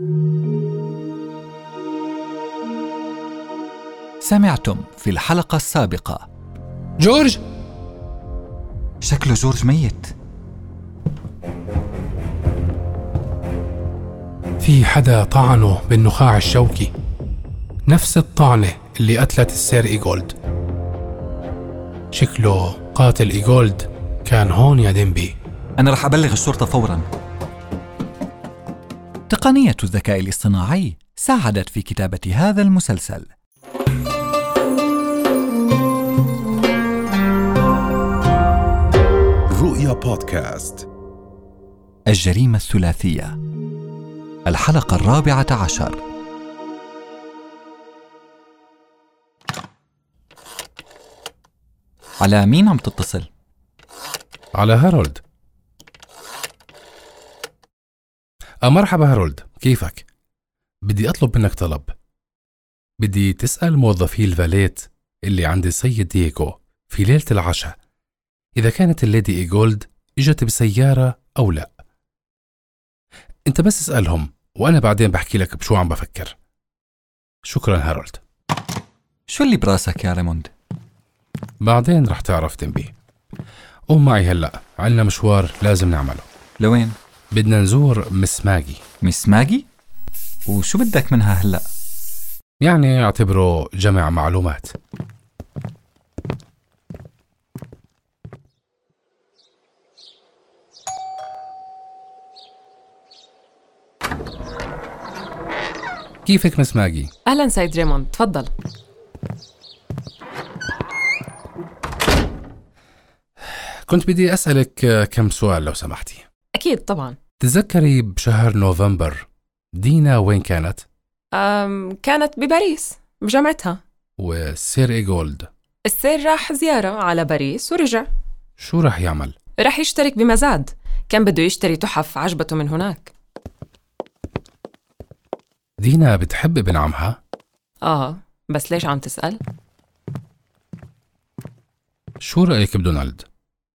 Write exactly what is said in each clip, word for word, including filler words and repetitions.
سمعتم في الحلقة السابقة. جورج؟ شكله جورج ميت. في حدا طعنه بالنخاع الشوكي، نفس الطعنة اللي قتلت السير إيغولد. شكله قاتل إيغولد كان هون يا ديمبي. أنا رح أبلغ الشرطة فوراً. تقنية الذكاء الاصطناعي ساعدت في كتابة هذا المسلسل. رؤيا بودكاست. الجريمة الثلاثية، الحلقة الرابعة عشر. على مين عم تتصل؟ على هارولد. أه مرحبا هارولد، كيفك؟ بدي أطلب منك طلب. بدي تسأل موظفي الفاليت اللي عند السيد دييغو في ليلة العشاء إذا كانت الليدي إيغولد إجت بسيارة أو لا. أنت بس اسألهم وأنا بعدين بحكي لك بشو عم بفكر. شكرا هارولد. شو اللي براسك يا ريموند؟ بعدين رح تعرف تنبيه. قوم معي هلأ، عنا مشوار لازم نعمله. لوين؟ بدنا نزور مس ماجي. مس ماجي؟ وشو بدك منها هلأ؟ يعني اعتبره جمع معلومات. كيفك مس ماجي؟ أهلاً سيد ريموند، تفضل. كنت بدي أسألك كم سؤال لو سمحتي. أكيد طبعاً. تذكري بشهر نوفمبر دينا وين كانت؟ أم كانت بباريس بجامعتها. والسير إيغولد؟ السير راح زيارة على باريس ورجع. شو راح يعمل؟ راح يشترك بمزاد، كان بده يشتري تحف عجبته من هناك. دينا بتحب ابن عمها؟ آه، بس ليش عم تسأل؟ شو رأيك بدونالد؟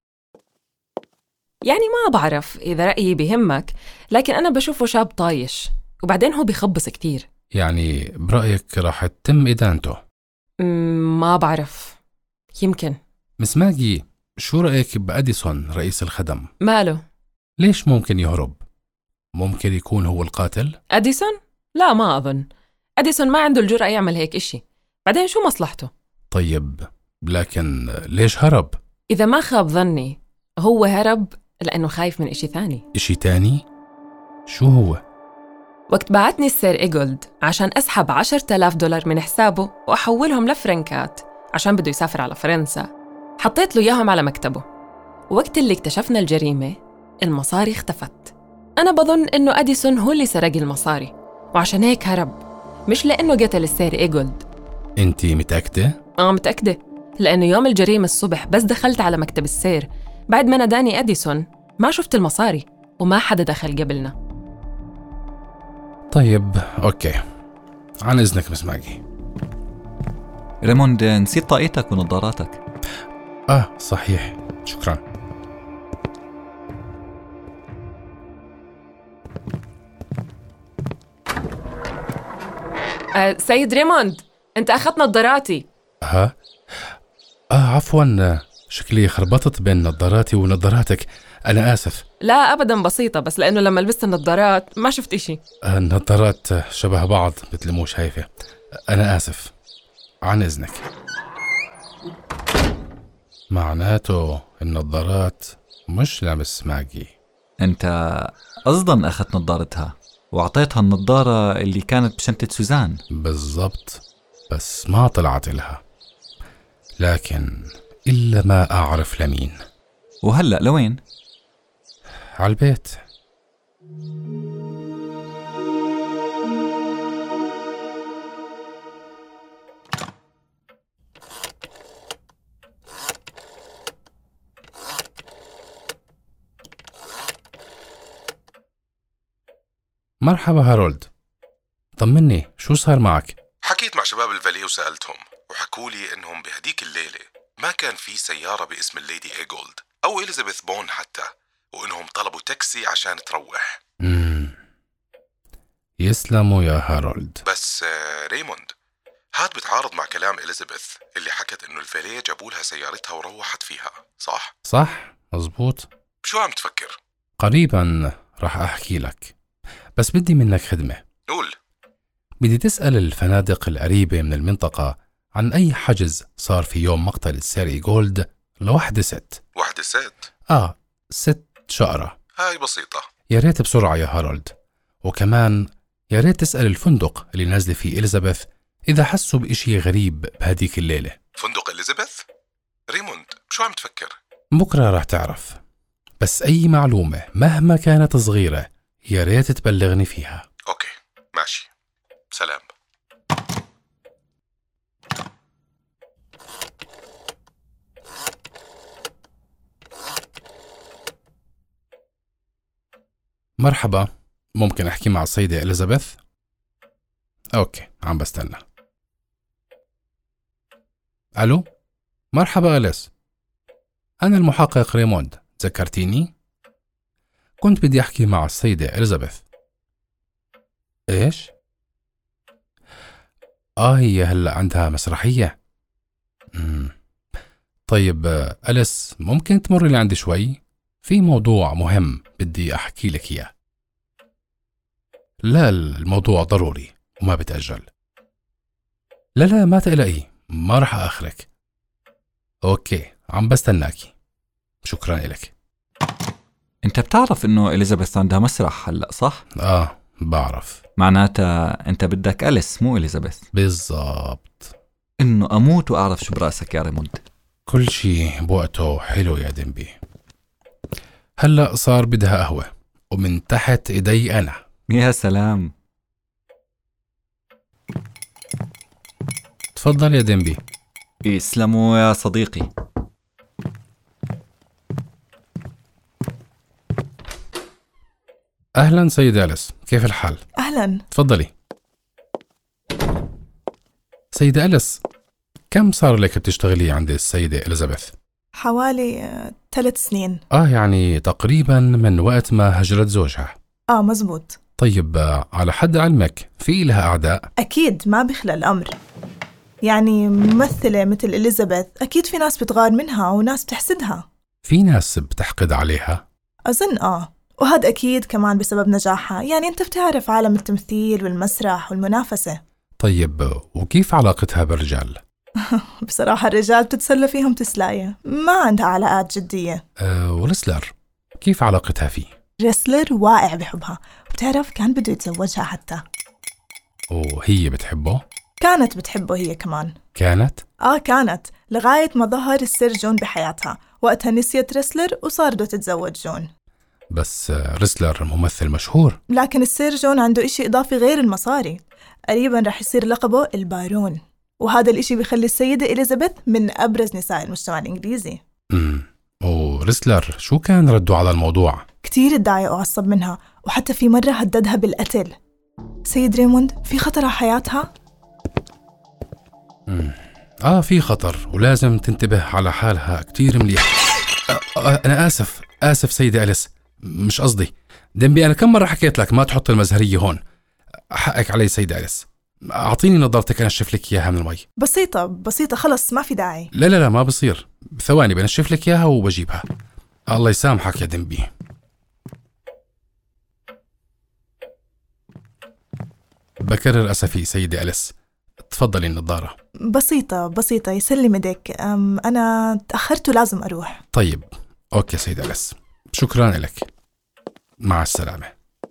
يعني ما بعرف إذا رأيي بهمك، لكن أنا بشوفه شاب طايش، وبعدين هو بيخبص كتير. يعني برأيك راح تتم إدانته؟ مم، ما بعرف، يمكن. مس ماجي، شو رأيك بأديسون رئيس الخدم؟ ماله؟ ليش ممكن يهرب؟ ممكن يكون هو القاتل؟ أديسون؟ لا، ما أظن. أديسون ما عنده الجرأة يعمل هيك إشي، بعدين شو مصلحته؟ طيب، لكن ليش هرب؟ إذا ما خاب ظني هو هرب لأنه خايف من إشي ثاني. إشي تاني؟ شو هو؟ وقت بعتني السير إيغولد عشان أسحب عشرة آلاف دولار من حسابه وأحولهم لفرنكات عشان بده يسافر على فرنسا، حطيت له إياهم على مكتبه. وقت اللي اكتشفنا الجريمة المصاري اختفت. أنا بظن إنه أديسون هو اللي سرق المصاري وعشان هيك هرب، مش لأنه قتل السير إيغولد. أنتي متأكدة؟ آه متأكدة، لأنه يوم الجريمة الصبح بس دخلت على مكتب السير بعد ما ناداني أديسون ما شفت المصاري وما حدا دخل قبلنا. طيب أوكي، عن إذنك مس ماجي. ريموند، نسيت طاقيتك ونظاراتك. آه صحيح، شكرا. أه سيد ريموند، أنت أخذت نظاراتي. ها؟ آه عفوا، شكلي خربطت بين نظاراتي ونظاراتك، أنا آسف. لا أبداً، بسيطة، بس لأنه لما لبست النظارات ما شفت إشي. آه النظارات شبه بعض مثل مو شايفة. أنا آسف، عن إذنك. معناته النظارات مش لمس ماجي. أنت أصداً أخذت نظارتها وعطيتها النظارة اللي كانت بشنطة سوزان. بالضبط، بس ما طلعت لها، لكن إلا ما أعرف لمين. وهلأ لوين؟ على البيت. مرحبا هارولد، طمني شو صار معك؟ حكيت مع شباب الفالي وسألتهم وحكوا لي إنهم بهديك الليلة ما كان في سيارة باسم الليدي إيغولد أو إليزابيث بون حتى، وإنهم طلبوا تاكسي عشان تروح. مم. يسلموا يا هارولد. بس آه، ريموند، هاد بتعارض مع كلام إليزابيث اللي حكت إنه الفاليه جابوا لها سيارتها وروحت فيها، صح؟ صح، مزبوط. شو عم تفكر؟ قريبا راح أحكي لك، بس بدي منك خدمة. قول. بدي تسأل الفنادق القريبة من المنطقة عن أي حجز صار في يوم مقتل السير إيغولد لوحدة ست. وحدة ست؟ آه، ست شقرة. هاي بسيطة. يا ريت بسرعة يا هارولد. وكمان يا ريت تسأل الفندق اللي نازلة فيه إليزابيث إذا حسوا بإشي غريب بهديك الليلة. فندق إليزابيث؟ ريموند، شو عم تفكر؟ بكرة راح تعرف، بس أي معلومة مهما كانت صغيرة يا ريت تبلغني فيها. أوكي، ماشي. سلام. مرحبا، ممكن أحكي مع السيدة إليزابيث؟ أوكي، عم بستنى. ألو، مرحبا أليس، أنا المحقق ريموند، تذكرتيني؟ كنت بدي أحكي مع السيدة إليزابيث. إيش؟ آه، هي هلأ عندها مسرحية. مم. طيب أليس، ممكن تمر لي عندي شوي؟ في موضوع مهم بدي أحكي لك إياه. لا، الموضوع ضروري وما بتأجل. لا لا، ما تقلقي، ما رح أخرك. أوكي، عم بستناكي. شكرا لك. انت بتعرف انه إليزابيث عندها مسرح هلأ، صح؟ آه، بعرف. معناتها انت بدك أليس مو إليزابيث. بالضبط. انه اموت واعرف شو براسك يا ريموند. كل شي بوقته حلو يا دنبي. هلأ صار بدها قهوة ومن تحت إيدي أنا. يا سلام. تفضل يا دنبي. يسلموا يا صديقي. أهلا سيدة أليس، كيف الحال؟ أهلا. تفضلي. سيدة أليس، كم صار لك بتشتغلي عند السيدة إليزابيث؟ حوالي آه، ثلاث سنين. آه، يعني تقريبا من وقت ما هجرت زوجها. آه مزبوط. طيب، آه، على حد علمك في لها أعداء؟ أكيد ما بخلى الأمر، يعني ممثلة مثل إليزابيث أكيد في ناس بتغار منها وناس بتحسدها. في ناس بتحقد عليها؟ أظن آه، وهذا أكيد كمان بسبب نجاحها. يعني أنت بتعرف عالم التمثيل والمسرح والمنافسة. طيب، وكيف علاقتها بالرجال؟ بصراحة الرجال بتتسلى فيهم تسلاية، ما عندها علاقات جدية. أه، ورسلر كيف علاقتها فيه؟ ريسلر واقع بحبها، وبتعرف كان بده يتزوجها حتى. وهي بتحبه؟ كانت بتحبه هي كمان. كانت؟ آه كانت، لغاية ما ظهر السير جون بحياتها. وقتها نسيت ريسلر وصار بده تتزوج جون. بس ريسلر ممثل مشهور. لكن السير جون عنده إشي إضافي غير المصاري. قريباً رح يصير لقبه البارون، وهذا الإشي بيخلي السيدة إليزابيث من أبرز نساء المجتمع الإنجليزي. امم وريسلر شو كان رده على الموضوع؟ كتير اتضايق وعصب منها، وحتى في مرة هددها بالقتل. سيد ريموند، في خطر على حياتها؟ امم آه، في خطر ولازم تنتبه على حالها كتير مليح. آه آه أنا آسف آسف سيدة أليس، مش قصدي. دنبي، أنا كم مرة حكيت لك ما تحط المزهرية هون. حقك علي سيدة أليس، أعطيني نظارتك أنشف لك إياها من المي. بسيطة بسيطة، خلص ما في داعي. لا لا لا، ما بصير. ثواني بنشف لك إياها وبجيبها. الله يسامحك يا دنبي. بكرر أسفي سيدة أليس، تفضلي النظارة. بسيطة بسيطة، يسلم ايديك. أم أنا تأخرت ولازم أروح. طيب، أوكي سيدة أليس، شكرا لك، مع السلامة.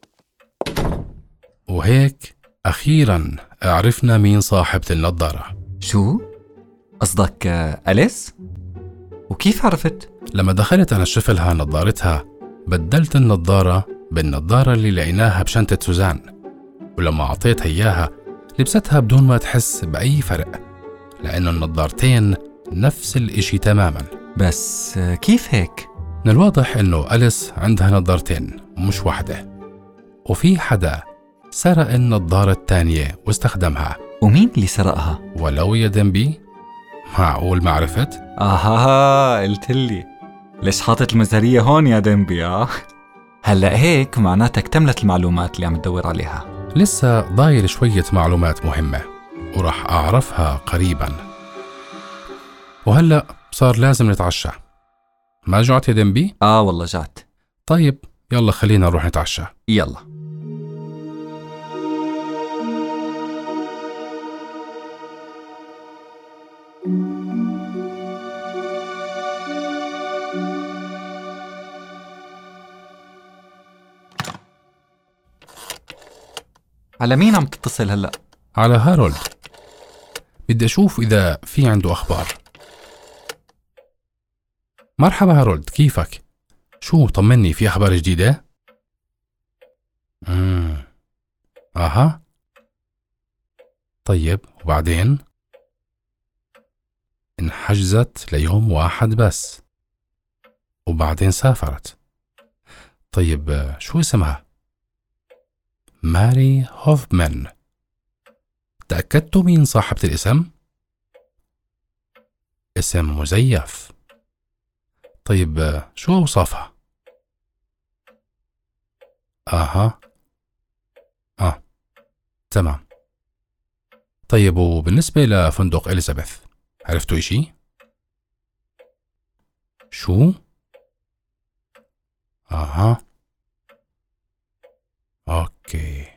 وهيك أخيرا عرفنا مين صاحبة النظارة. شو؟ قصدك أليس؟ وكيف عرفت؟ لما دخلت أنشف لها نظارتها بدلت النظارة بالنظارة اللي لقيناها بشنطة سوزان، ولما أعطيتها إياها لبستها بدون ما تحس بأي فرق، لأنه النظارتين نفس الإشي تماما. بس كيف هيك؟ من الواضح إنه أليس عندها نظارتين مش واحدة، وفي حدا سرق النظارة الثانية واستخدمها. ومين اللي سرقها؟ ولو يا دنبي، معقول ما عرفت؟ آها، قلت لي ليش حاطط المزهرية هون يا دنبي؟ آه هلأ هيك معناتها اكتملت المعلومات اللي عم تدور عليها. لسه ضايل شوية معلومات مهمة وراح أعرفها قريبا. وهلأ صار لازم نتعشى. ما جعت يا دنبي؟ آه والله جعت. طيب يلا خلينا نروح نتعشى. يلا. على مين عم تتصل هلأ؟ على هارولد، بدي أشوف إذا في عنده أخبار. مرحبا هارولد، كيفك؟ شو طمني، في أخبار جديدة؟ مم. أها. طيب وبعدين؟ انحجزت ليوم واحد بس وبعدين سافرت. طيب شو اسمها؟ ماري هوفمان. تأكدتوا مين صاحبة الاسم؟ اسم مزيف. طيب شو أوصافها؟ أها. آه تمام. طيب وبالنسبة لفندق إليزابيث، عرفتوا إشي؟ شو؟ أها. أوكي،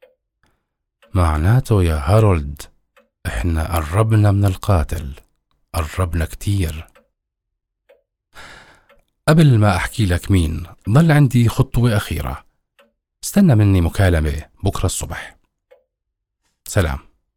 معناته يا هارولد إحنا قربنا من القاتل، قربنا كتير. قبل ما أحكي لك مين، ضل عندي خطوة أخيرة. استنى مني مكالمة بكرة الصبح. سلام.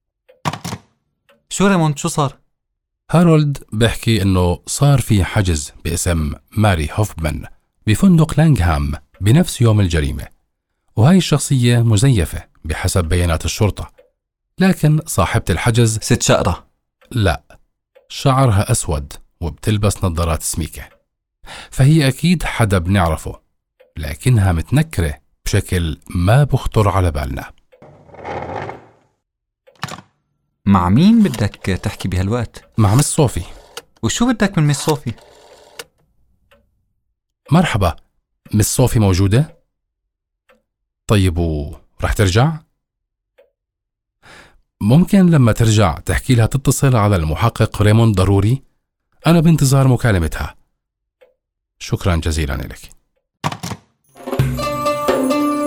شو ريموند، شو صار؟ هارولد بيحكي إنه صار في حجز باسم ماري هوفمان بفندق لانغهام بنفس يوم الجريمة، وهاي الشخصية مزيفة بحسب بيانات الشرطة، لكن صاحبة الحجز ست شقرة. لا، شعرها أسود وبتلبس نظارات سميكة، فهي أكيد حدا بنعرفه، لكنها متنكرة بشكل ما بخطر على بالنا. مع مين بدك تحكي بهالوقت؟ مع مس صوفي. وشو بدك من مس صوفي؟ مرحبا، مس صوفي موجودة؟ طيب ورح ترجع؟ ممكن لما ترجع تحكي لها تتصل على المحقق ريموند ضروري؟ أنا بانتظار مكالمتها. شكرا جزيلا لك.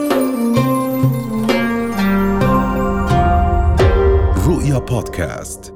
رؤيا بودكاست.